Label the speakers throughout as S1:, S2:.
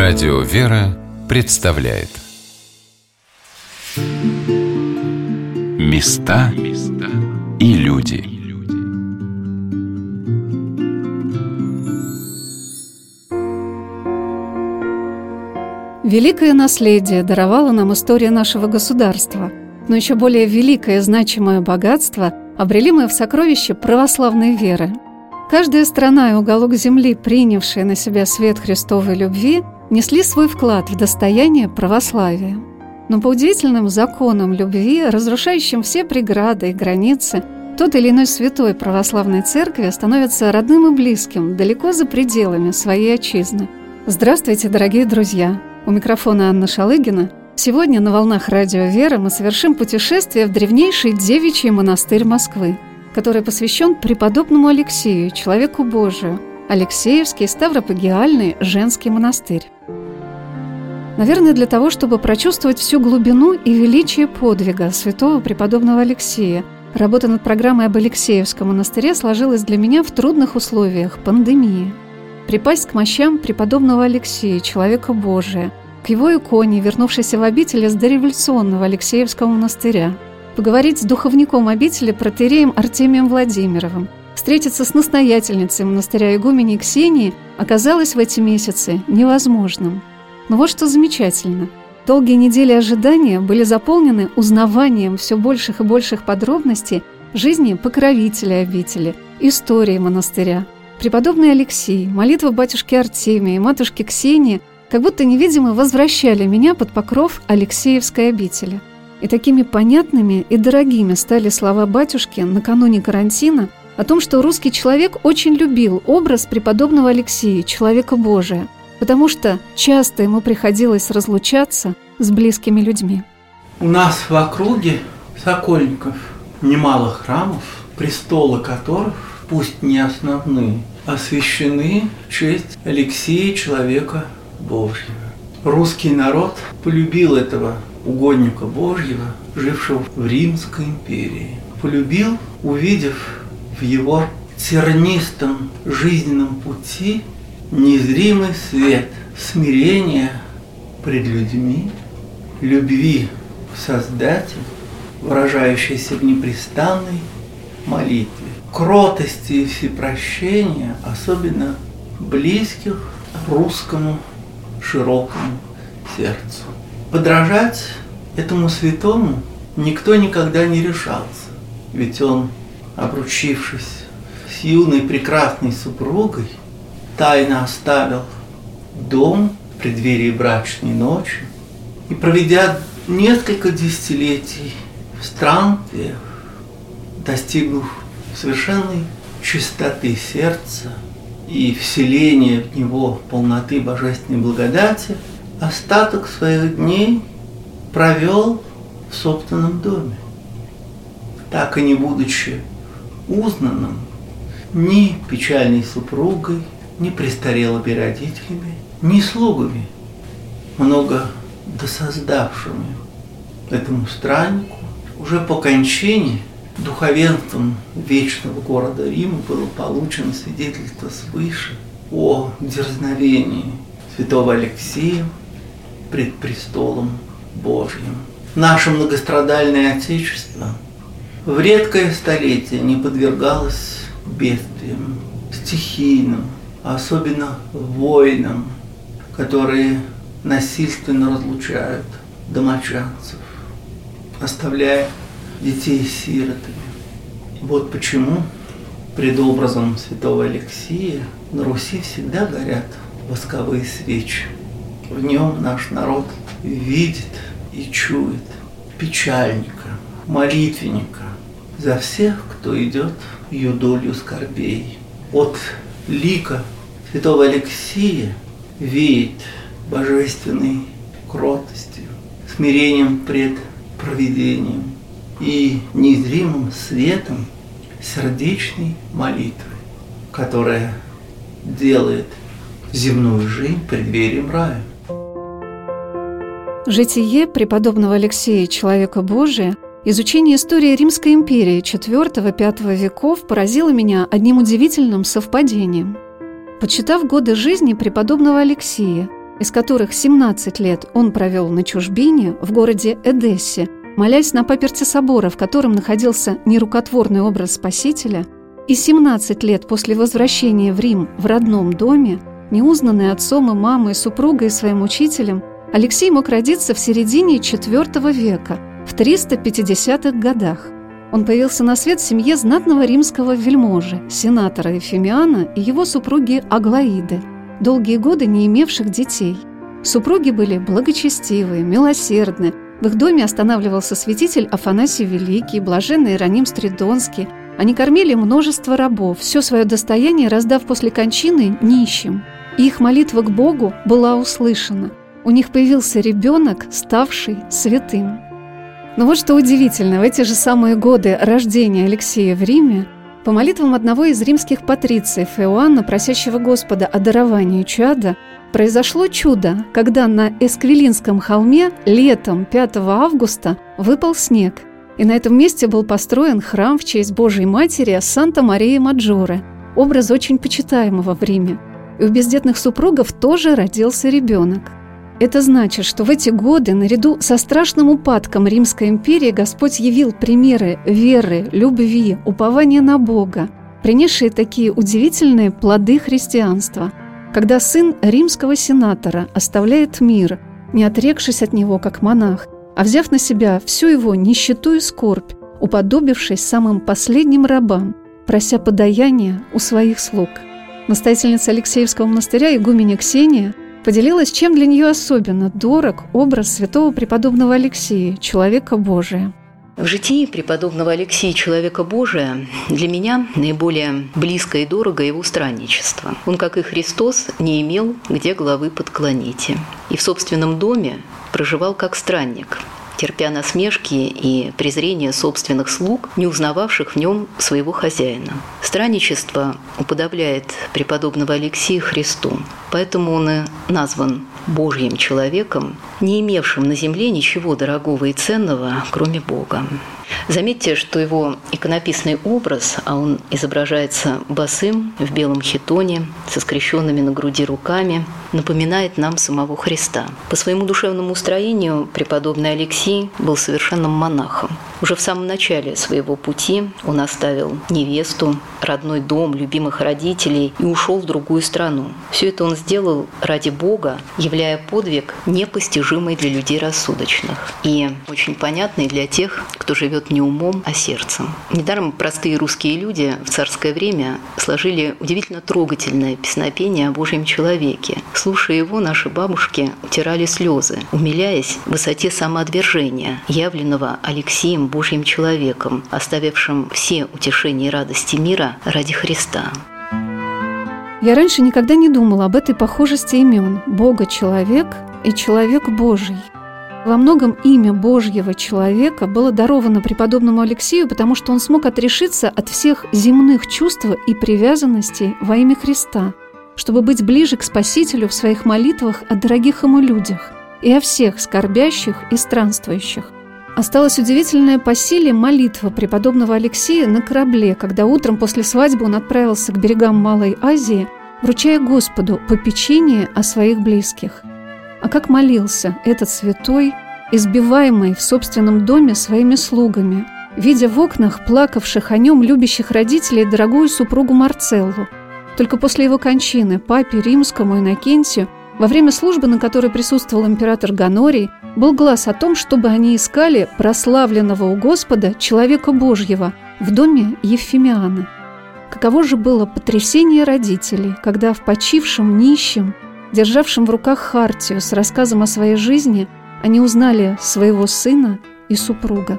S1: Радио «Вера» представляет Места и люди.
S2: Великое наследие даровала нам история нашего государства, но еще более великое значимое богатство обрели мы в сокровище православной веры. Каждая страна и уголок земли, принявшие на себя свет Христовой любви, несли свой вклад в достояние православия. Но по удивительным законам любви, разрушающим все преграды и границы, тот или иной святой православной церкви становится родным и близким далеко за пределами своей отчизны. Здравствуйте, дорогие друзья! У микрофона Анна Шалыгина. Сегодня на волнах Радио «Вера» мы совершим путешествие в древнейший девичий монастырь Москвы, который посвящен преподобному Алексею, человеку Божию, Алексеевский Ставропагиальный женский монастырь. Наверное, для того, чтобы прочувствовать всю глубину и величие подвига святого преподобного Алексея, работа над программой об Алексеевском монастыре сложилась для меня в трудных условиях пандемии. Припасть к мощам преподобного Алексея, человека Божия, к его иконе, вернувшейся в обитель из дореволюционного Алексеевского монастыря, поговорить с духовником обители протоиереем Артемием Владимировым, встретиться с настоятельницей монастыря игуменей Ксенией оказалось в эти месяцы невозможным. Но вот что замечательно. Долгие недели ожидания были заполнены узнаванием все больших и больших подробностей жизни покровителя обители, истории монастыря. Преподобный Алексей, молитва батюшки Артемия и матушки Ксении как будто невидимо возвращали меня под покров Алексеевской обители. И такими понятными и дорогими стали слова батюшки накануне карантина о том, что русский человек очень любил образ преподобного Алексея, человека Божия, потому что часто ему приходилось разлучаться с близкими людьми.
S3: У нас в округе Сокольников немало храмов, престолы которых, пусть не основные, освящены в честь Алексея, человека Божьего. Русский народ полюбил этого угодника Божьего, жившего в Римской империи. Полюбил, увидев в его тернистом жизненном пути незримый свет смирения пред людьми, любви к Создателю, выражающейся в непрестанной молитве, кротости и всепрощения, особенно близких русскому широкому сердцу. Подражать этому святому никто никогда не решался, ведь он, обручившись с юной прекрасной супругой, тайно оставил дом в преддверии брачной ночи и, проведя несколько десятилетий в странствиях, достигнув совершенной чистоты сердца и вселения в него полноты божественной благодати, остаток своих дней провел в собственном доме, так и не будучи узнанным ни печальной супругой, ни престарелыми родителями, ни слугами, много досоздавшими этому страннику. Уже по кончине духовенством вечного города Рима было получено свидетельство свыше о дерзновении святого Алексея пред престолом Божьим. Наше многострадальное Отечество в редкое столетие не подвергалось бедствиям, стихийным, а особенно войнам, которые насильственно разлучают домочадцев, оставляя детей сиротами. Вот почему пред образом святого Алексея на Руси всегда горят восковые свечи. В нем наш народ видит и чует печальника, молитвенника за всех, кто идет юдолью скорбей. От лика святого Алексея веет божественной кротостью, смирением пред провидением и незримым светом сердечной молитвы, которая делает земную жизнь преддверием рая.
S2: Житие преподобного Алексея, человека Божия, изучение истории Римской империи IV-V веков поразило меня одним удивительным совпадением. Подсчитав годы жизни преподобного Алексея из которых 17 лет он провел на чужбине в городе Эдессе, молясь на паперти собора, в котором находился нерукотворный образ Спасителя, и 17 лет после возвращения в Рим в родном доме, неузнанный отцом и мамой, супругой и своим учителем, Алексий мог родиться в середине IV века, в 350-х годах. Он появился на свет в семье знатного римского вельможи, сенатора Ефимиана и его супруги Аглаиды, долгие годы не имевших детей. Супруги были благочестивые, милосердны. В их доме останавливался святитель Афанасий Великий, блаженный Иероним Стридонский. Они кормили множество рабов, все свое достояние раздав после кончины нищим. И их молитва к Богу была услышана. У них появился ребенок, ставший святым. Но вот что удивительно, в эти же самые годы рождения Алексея в Риме, по молитвам одного из римских патрициев Иоанна, просящего Господа о даровании чада, произошло чудо, когда на Эсквилинском холме летом 5 августа выпал снег, и на этом месте был построен храм в честь Божией Матери Санта-Марии-Маджоре, образ очень почитаемого в Риме. И у бездетных супругов тоже родился ребенок. Это значит, что в эти годы, наряду со страшным упадком Римской империи, Господь явил примеры веры, любви, упования на Бога, принесшие такие удивительные плоды христианства, когда сын римского сенатора оставляет мир, не отрекшись от него как монах, а взяв на себя всю его нищету и скорбь, уподобившись самым последним рабам, прося подаяния у своих слуг. Настоятельница Алексеевского монастыря игуменя Ксения поделилась, чем для нее особенно дорог образ святого преподобного Алексия, человека Божия.
S4: В житии преподобного Алексия, человека Божия, для меня наиболее близко и дорого его странничество. Он, как и Христос, не имел где головы подклоните. И в собственном доме проживал как странник, терпя насмешки и презрение собственных слуг, не узнававших в нем своего хозяина. Странничество уподобляет преподобного Алексия Христу, поэтому он и назван Божьим человеком, не имевшим на земле ничего дорогого и ценного, кроме Бога. Заметьте, что его иконописный образ, а он изображается босым в белом хитоне, со скрещенными на груди руками, напоминает нам самого Христа. По своему душевному устроению преподобный Алексий был совершенным монахом. Уже в самом начале своего пути он оставил невесту, родной дом, любимых родителей и ушел в другую страну. Все это он сделал ради Бога, являя подвиг непостижимый для людей рассудочных и очень понятный для тех, кто живет не умом, а сердцем. Недаром простые русские люди в царское время сложили удивительно трогательное песнопение о Божьем человеке. Слушая его, наши бабушки утирали слезы, умиляясь высоте самоотвержения, явленного Алексием Божьим человеком, оставившим все утешения и радости мира ради Христа.
S2: Я раньше никогда не думала об этой похожести имен «Бога-человек» и «Человек Божий». Во многом имя Божьего человека было даровано преподобному Алексию, потому что он смог отрешиться от всех земных чувств и привязанностей во имя Христа, чтобы быть ближе к Спасителю в своих молитвах о дорогих ему людях и о всех скорбящих и странствующих. Осталась удивительная по силе молитва преподобного Алексия на корабле, когда утром после свадьбы он отправился к берегам Малой Азии, вручая Господу попечение о своих близких. А как молился этот святой, избиваемый в собственном доме своими слугами, видя в окнах плакавших о нем любящих родителей дорогую супругу Марцеллу. Только после его кончины папе римскому Иннокентию, во время службы, на которой присутствовал император Гонорий, был глас о том, чтобы они искали прославленного у Господа человека Божьего в доме Ефимиана. Каково же было потрясение родителей, когда в почившем нищем, державшим в руках хартию с рассказом о своей жизни, они узнали своего сына и супруга.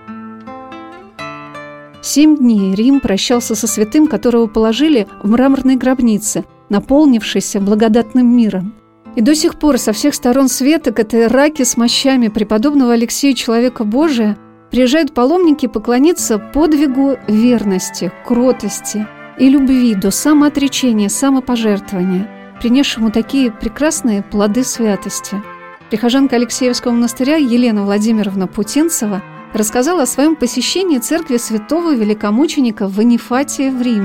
S2: 7 дней Рим прощался со святым, которого положили в мраморной гробнице, наполнившейся благодатным миром. И до сих пор со всех сторон света к этой раке с мощами преподобного Алексия человека Божия приезжают паломники поклониться подвигу верности, кротости и любви до самоотречения, самопожертвования, принесшему такие прекрасные плоды святости. Прихожанка Алексеевского монастыря Елена Владимировна Путинцева рассказала о своем посещении церкви святого великомученика Ванифатия в Риме.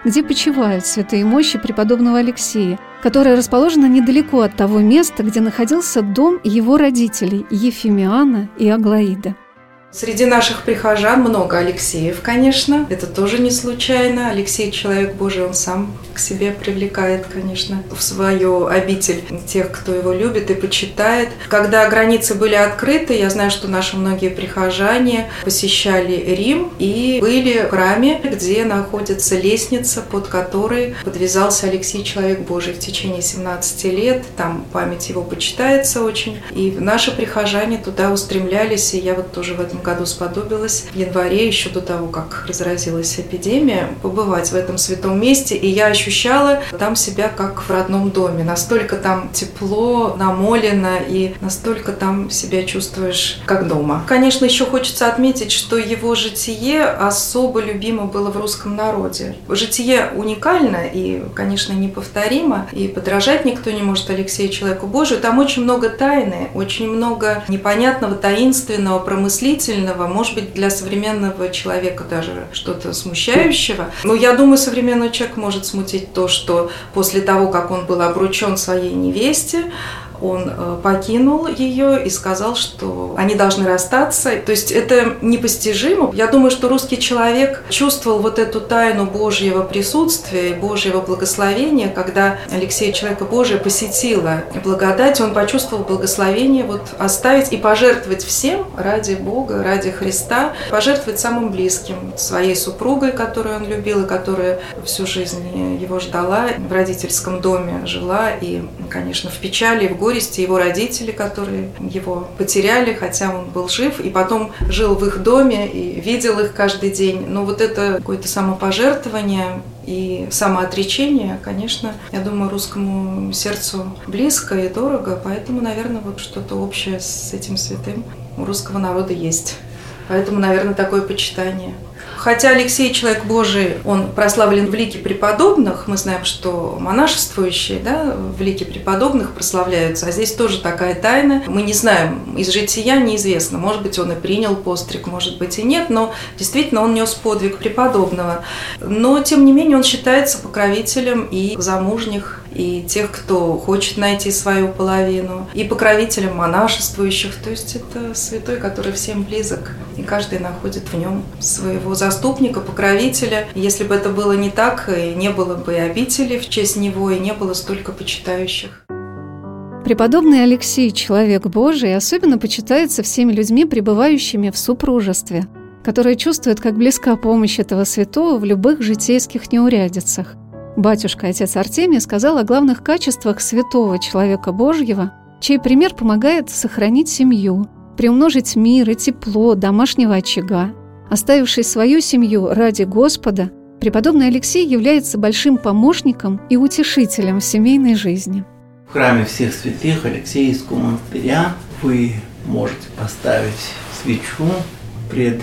S2: где почивают святые мощи преподобного Алексия, которое расположено недалеко от того места, где находился дом его родителей Ефимиана и Аглаиды.
S5: Среди наших прихожан много Алексеев, конечно. Это тоже не случайно. Алексей, человек Божий, он сам к себе привлекает, конечно, в свою обитель тех, кто его любит и почитает. Когда границы были открыты, я знаю, что наши многие прихожане посещали Рим и были в храме, где находится лестница, под которой подвязался Алексей, человек Божий, в течение 17 лет. Там память его почитается очень. И наши прихожане туда устремлялись, и я вот тоже в этом году сподобилась в январе, еще до того, как разразилась эпидемия, побывать в этом святом месте, и я ощущала там себя как в родном доме. Настолько там тепло, намолено, и настолько там себя чувствуешь как дома. Конечно, еще хочется отметить, что его житие особо любимо было в русском народе. Житие уникально и, конечно, неповторимо, и подражать никто не может Алексею, человеку Божию. Там очень много тайны, очень много непонятного, таинственного, промыслительного, может быть, для современного человека даже что-то смущающего. Но я думаю, современный человек может смутить то, что после того, как он был обручен своей невесте, он покинул ее и сказал, что они должны расстаться. То есть это непостижимо. Я думаю, что русский человек чувствовал вот эту тайну Божьего присутствия и Божьего благословения, когда Алексея, человека Божия, посетила благодать, он почувствовал благословение вот оставить и пожертвовать всем ради Бога, ради Христа, пожертвовать самым близким, своей супругой, которую он любил и которая всю жизнь его ждала, в родительском доме жила и, конечно, в печали, в горести его родители, которые его потеряли, хотя он был жив, и потом жил в их доме и видел их каждый день. Но вот это какое-то самопожертвование и самоотречение, конечно, я думаю, русскому сердцу близко и дорого, поэтому, наверное, вот что-то общее с этим святым у русского народа есть. Поэтому, наверное, такое почитание. Хотя Алексей, человек Божий, он прославлен в лике преподобных, мы знаем, что монашествующие, да, в лике преподобных прославляются, а здесь тоже такая тайна. Мы не знаем, из жития неизвестно, может быть, он и принял постриг, может быть, и нет, но действительно он нес подвиг преподобного. Но, тем не менее, он считается покровителем и замужних, и тех, кто хочет найти свою половину, и покровителем монашествующих. То есть это святой, который всем близок, и каждый находит в нем своего заступника, покровителя. Если бы это было не так, и не было бы и обители в честь него, и не было столько почитающих.
S2: Преподобный Алексей, человек Божий, особенно почитается всеми людьми, пребывающими в супружестве, которые чувствуют, как близка помощь этого святого в любых житейских неурядицах. Батюшка, отец Артемий, сказал о главных качествах святого человека Божьего, чей пример помогает сохранить семью, приумножить мир и тепло домашнего очага. Оставивший свою семью ради Господа, преподобный Алексей является большим помощником и утешителем в семейной жизни.
S3: В храме всех святых Алексеевского монастыря вы можете поставить свечу пред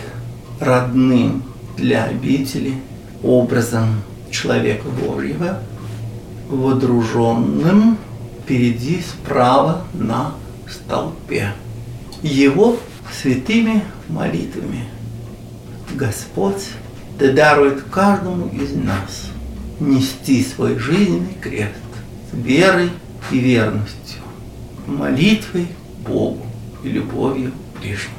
S3: родным для обители образом человека Божьего, водруженным впереди справа на столпе. Его святыми молитвами Господь дарует каждому из нас нести свой жизненный крест с верой и верностью, молитвой Богу и любовью к ближнему.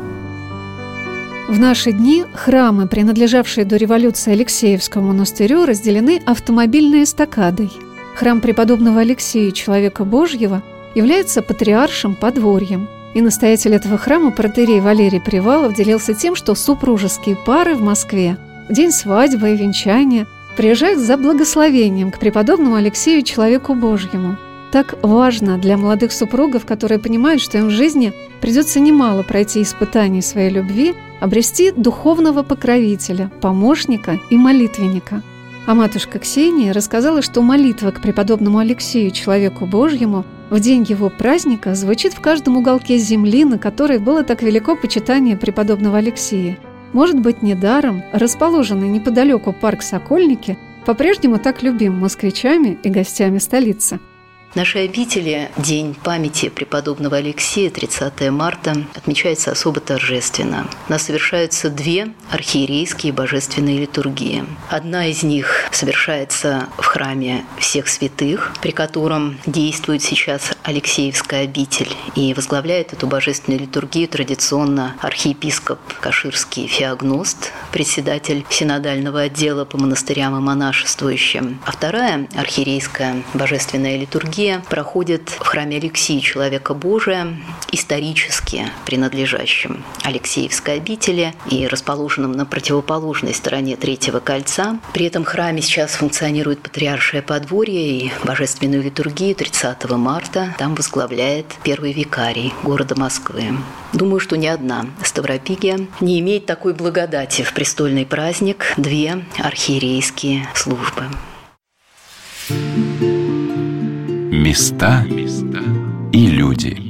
S2: В наши дни храмы, принадлежавшие до революции Алексеевскому монастырю, разделены автомобильной эстакадой. Храм преподобного Алексея, человека Божьего, является патриаршим подворьем. И настоятель этого храма, протоиерей Валерий Привалов, делился тем, что супружеские пары в Москве в день свадьбы и венчания приезжают за благословением к преподобному Алексею, человеку Божьему. Так важно для молодых супругов, которые понимают, что им в жизни придется немало пройти испытаний своей любви, обрести духовного покровителя, помощника и молитвенника. А матушка Ксения рассказала, что молитва к преподобному Алексею, человеку Божьему, в день его праздника звучит в каждом уголке земли, на которой было так велико почитание преподобного Алексея. Может быть, недаром расположенный неподалеку парк Сокольники по-прежнему так любим москвичами и гостями столицы.
S4: В нашей обители День памяти преподобного Алексея, 30 марта, отмечается особо торжественно. У нас совершаются 2 архиерейские божественные литургии. Одна из них совершается в храме Всех Святых, при котором действует сейчас Алексеевская обитель, и возглавляет эту божественную литургию традиционно архиепископ Каширский Феогност, председатель синодального отдела по монастырям и монашествующим. А вторая архиерейская божественная литургия проходит в храме Алексея Человека Божия, исторически принадлежащем Алексеевской обители и расположенном на противоположной стороне Третьего кольца. При этом в храме сейчас функционирует Патриаршее подворье, и божественную литургию 30 марта там возглавляет первый викарий города Москвы. Думаю, что ни одна Ставропигия не имеет такой благодати в престольный праздник 2 архиерейские службы.
S1: Места и люди.